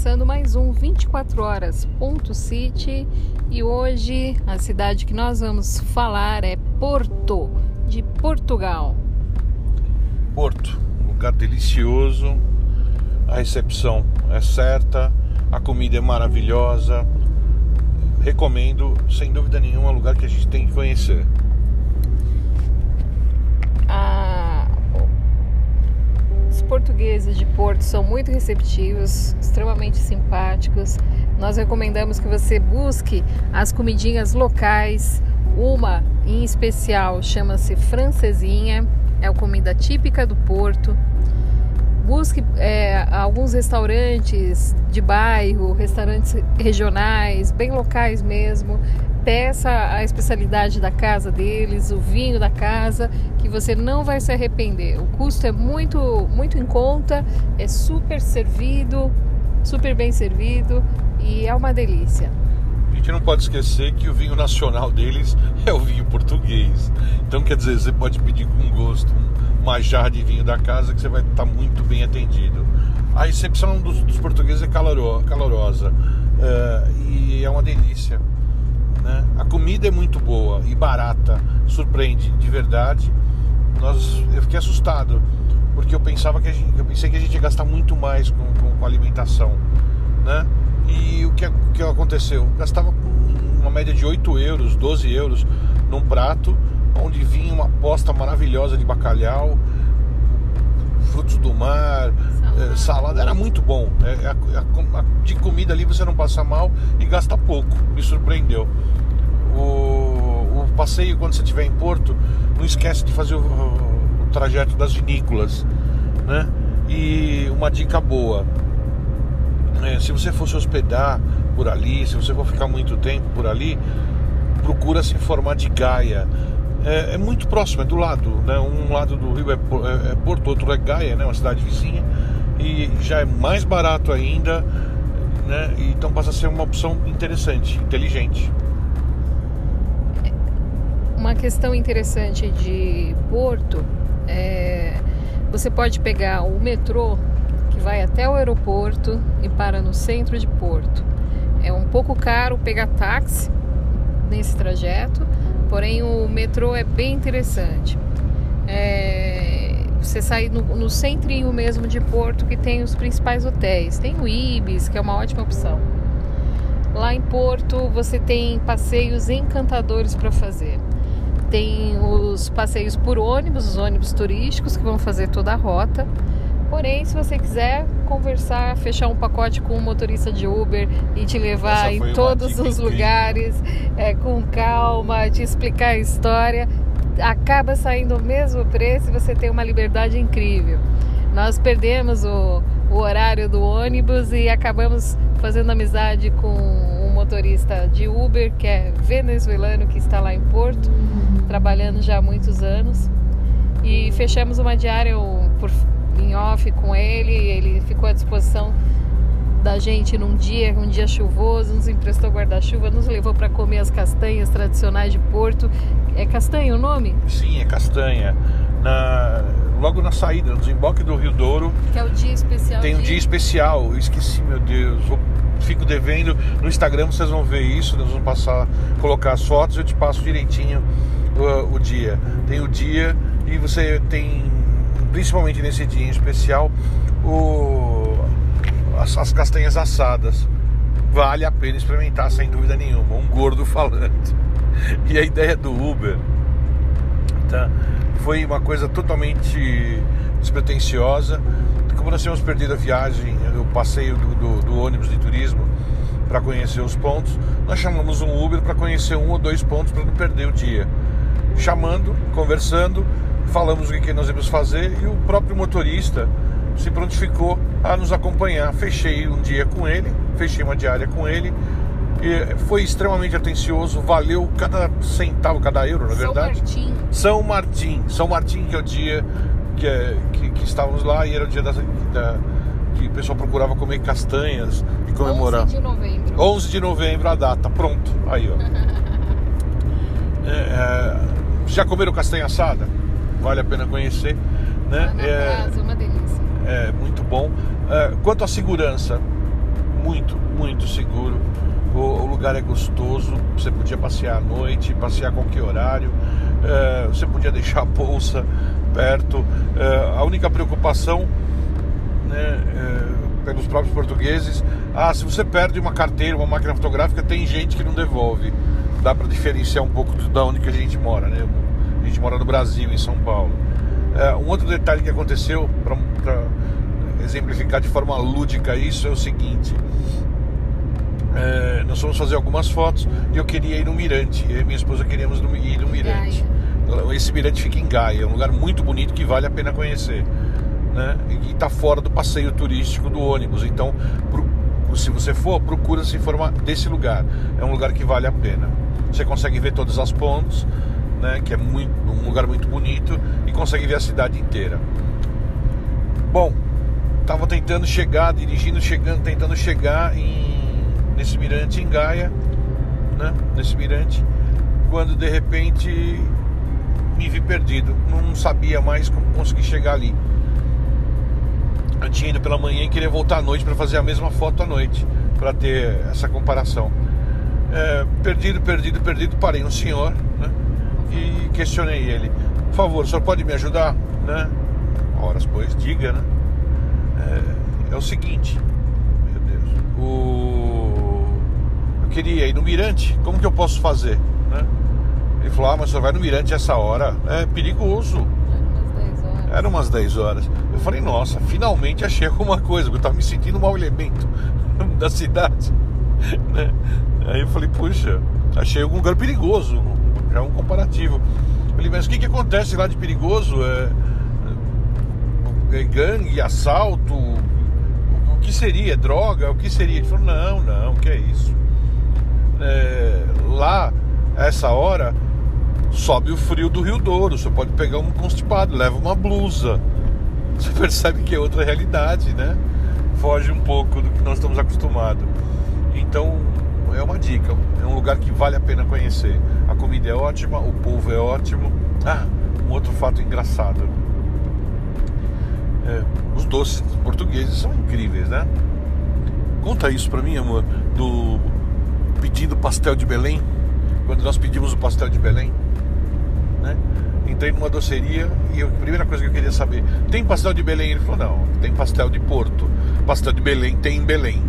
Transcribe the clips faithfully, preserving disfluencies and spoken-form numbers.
começando mais um vinte e quatro horas ponto city e hoje a cidade que nós vamos falar é Porto, de Portugal. Porto, um lugar delicioso, a recepção é certa, a comida é maravilhosa, recomendo, sem dúvida nenhuma, é um lugar que a gente tem que conhecer. A... Os portugueses de Porto são muito receptivos, extremamente simpáticos. Nós recomendamos que você busque as comidinhas locais. Uma em especial chama-se Francesinha, é a comida típica do Porto. Busque é, alguns restaurantes de bairro, restaurantes regionais, bem locais mesmo. Peça a especialidade da casa deles, o vinho da casa, que você não vai se arrepender. O custo é muito, muito em conta, é super servido, super bem servido e é uma delícia. A gente não pode esquecer que o vinho nacional deles é o vinho português. Então, quer dizer, você pode pedir com gosto uma jarra de vinho da casa que você vai estar muito bem atendido. A recepção dos, dos portugueses é caloro, calorosa é, e é uma delícia, né? A comida é muito boa e barata, surpreende de verdade. Nós, eu fiquei assustado porque eu pensava que a gente, eu pensei que a gente ia gastar muito mais com, com, com alimentação, né? E o que, o que aconteceu? Eu gastava uma média de oito euros, doze euros num prato onde vinha uma posta maravilhosa de bacalhau, frutos do mar, salada, é, salada. Era muito bom. É, a, a, a, de comida ali você não passa mal e gasta pouco. Me surpreendeu. O, o passeio, quando você estiver em Porto, não esquece de fazer o, o trajeto das vinícolas, né? E uma dica boa, é, se você for se hospedar por ali, se você for ficar muito tempo por ali, procura se informar de Gaia. É, é muito próximo, é do lado, né? Um lado do rio é, é, é Porto, outro é Gaia, né? Uma cidade vizinha, e já é mais barato ainda, né? Então passa a ser uma opção interessante, inteligente. Uma questão interessante de Porto é você pode pegar o metrô que vai até o aeroporto e para no centro de Porto. É um pouco caro pegar táxi nesse trajeto, porém o metrô é bem interessante. É, você sai no, no centrinho mesmo de Porto, que tem os principais hotéis. Tem o Ibis, que é uma ótima opção. Lá em Porto você tem passeios encantadores para fazer. Tem os passeios por ônibus, os ônibus turísticos que vão fazer toda a rota. Porém, se você quiser conversar, fechar um pacote com um motorista de Uber e te levar em todos os lugares, é, com calma, te explicar a história, acaba saindo o mesmo preço e você tem uma liberdade incrível. Nós perdemos o, o horário do ônibus e acabamos fazendo amizade com um motorista de Uber, que é venezuelano, que está lá em Porto, trabalhando já há muitos anos. E fechamos uma diária por em off com ele, ele ficou à disposição da gente num dia, um dia chuvoso, nos emprestou guarda-chuva, nos levou para comer as castanhas tradicionais de Porto. É castanha o nome? Sim, é castanha. Na, logo na saída, no desemboque do Rio Douro, que é o dia especial. Tem um de... dia especial, eu esqueci, meu Deus, vou, fico devendo. No Instagram vocês vão ver isso, nós vamos passar, colocar as fotos, eu te passo direitinho o, o dia. Tem o dia e você tem, principalmente nesse dia em especial, o, as, as castanhas assadas. Vale a pena experimentar, sem dúvida nenhuma. Um gordo falando. E a ideia do Uber, tá? Foi uma coisa totalmente despretensiosa. Como nós tínhamos perdido a viagem, o passeio do, do, do ônibus de turismo para conhecer os pontos, nós chamamos um Uber para conhecer um ou dois pontos para não perder o dia. Chamando, conversando, falamos o que nós íamos fazer e o próprio motorista se prontificou a nos acompanhar. Fechei um dia com ele, fechei uma diária com ele, e foi extremamente atencioso, valeu cada centavo, cada euro, na verdade. São Martim. São Martim, São Martim, que é o dia que, é, que, que estávamos lá, e era o dia da, da, que o pessoal procurava comer castanhas e comemorar. onze de novembro. onze de novembro a data, pronto, aí ó. é, é, já comeram castanha assada? Vale a pena conhecer, né? Ah, na é, brasa, uma delícia. É muito bom. É, quanto à segurança, muito, muito seguro. O, o lugar é gostoso, você podia passear à noite, passear a qualquer horário, é, você podia deixar a bolsa perto. É, a única preocupação, né, é, pelos próprios portugueses, ah, se você perde uma carteira, uma máquina fotográfica, tem gente que não devolve. Dá para diferenciar um pouco de onde que a gente mora, né? A gente mora no Brasil, em São Paulo. É, um outro detalhe que aconteceu, para exemplificar de forma lúdica isso, é o seguinte: é, nós fomos fazer algumas fotos e eu queria ir no Mirante. Eu e minha esposa queríamos ir no Mirante. Gaia. Esse Mirante fica em Gaia, é um lugar muito bonito que vale a pena conhecer, né? E está fora do passeio turístico do ônibus. Então, pro, se você for, procura se informar desse lugar. É um lugar que vale a pena. Você consegue ver todas as pontes, né, que é muito, um lugar muito bonito, e consegue ver a cidade inteira. Bom, estava tentando chegar, dirigindo, chegando, tentando chegar em, nesse mirante em Gaia, né, nesse mirante, quando de repente me vi perdido, não sabia mais como conseguir chegar ali. Eu tinha ido pela manhã e queria voltar à noite para fazer a mesma foto à noite, para ter essa comparação. É, perdido, perdido, perdido, parei no senhor, né, e questionei ele: por favor, o senhor pode me ajudar, né? Horas depois, diga, né? É, é o seguinte, meu Deus, o... eu queria ir no Mirante, como que eu posso fazer, né? Ele falou: ah, mas o senhor vai no Mirante essa hora, é perigoso. Eram umas dez horas. Eu falei: nossa, finalmente achei alguma coisa, porque eu estava me sentindo um mau elemento da cidade, né? Aí eu falei: puxa, achei algum lugar perigoso. Já é um comparativo. Eu falei: mas o que, que acontece lá de perigoso? É, é gangue, assalto? O que seria? Droga? O que seria? Ele falou: não, não, o que é isso? É, lá, a essa hora, sobe o frio do Rio Douro. Você pode pegar um constipado, leva uma blusa. Você percebe que é outra realidade, né? Foge um pouco do que nós estamos acostumados. Então, é uma dica, é um lugar que vale a pena conhecer. A comida é ótima, o povo é ótimo. Ah, um outro fato engraçado, é, os doces portugueses são incríveis, né? Conta isso pra mim, amor, do pedido pastel de Belém. Quando nós pedimos o pastel de Belém, né? Entrei numa doceria e eu, a primeira coisa que eu queria saber: tem pastel de Belém? Ele falou: não, tem pastel de Porto. Pastel de Belém tem em Belém.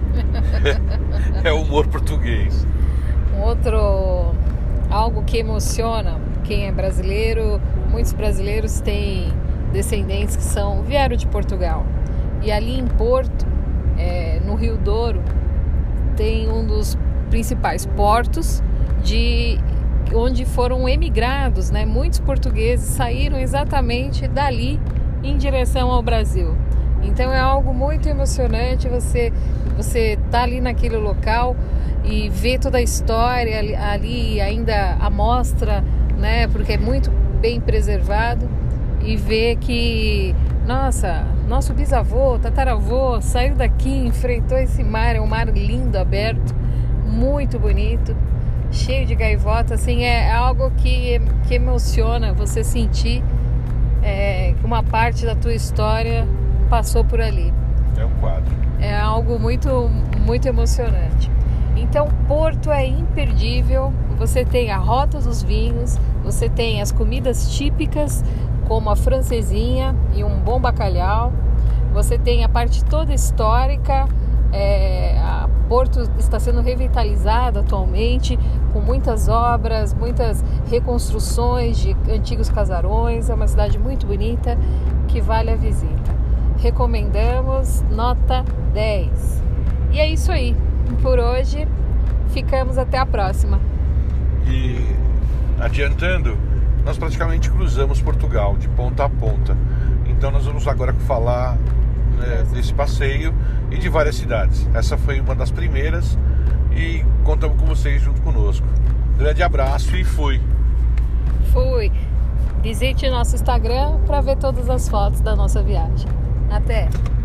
É o humor português. Um outro, algo que emociona quem é brasileiro. Muitos brasileiros têm descendentes que são, vieram de Portugal. E ali em Porto, é, no Rio Douro, tem um dos principais portos de onde foram emigrados, né? Muitos portugueses saíram exatamente dali em direção ao Brasil. Então é algo muito emocionante você você tá ali naquele local e ver toda a história ali, ali ainda a mostra, né? Porque é muito bem preservado, e ver que, nossa, nosso bisavô, tataravô saiu daqui, enfrentou esse mar, é um mar lindo, aberto, muito bonito, cheio de gaivotas, assim, é algo que, que emociona você sentir é, que uma parte da tua história passou por ali. É um quadro. É algo muito, muito emocionante. Então, Porto é imperdível. Você tem a rota dos vinhos, você tem as comidas típicas, como a francesinha e um bom bacalhau. Você tem a parte toda histórica. É, a Porto está sendo revitalizada atualmente, com muitas obras, muitas reconstruções de antigos casarões. É uma cidade muito bonita que vale a visita. Recomendamos, nota dez. E é isso aí. Por hoje, ficamos até a próxima. E adiantando, nós praticamente cruzamos Portugal de ponta a ponta. Então nós vamos agora falar, né, desse passeio e de várias cidades. Essa foi uma das primeiras e contamos com vocês junto conosco. Grande abraço e fui. Fui. Visite nosso Instagram para ver todas as fotos da nossa viagem. Até!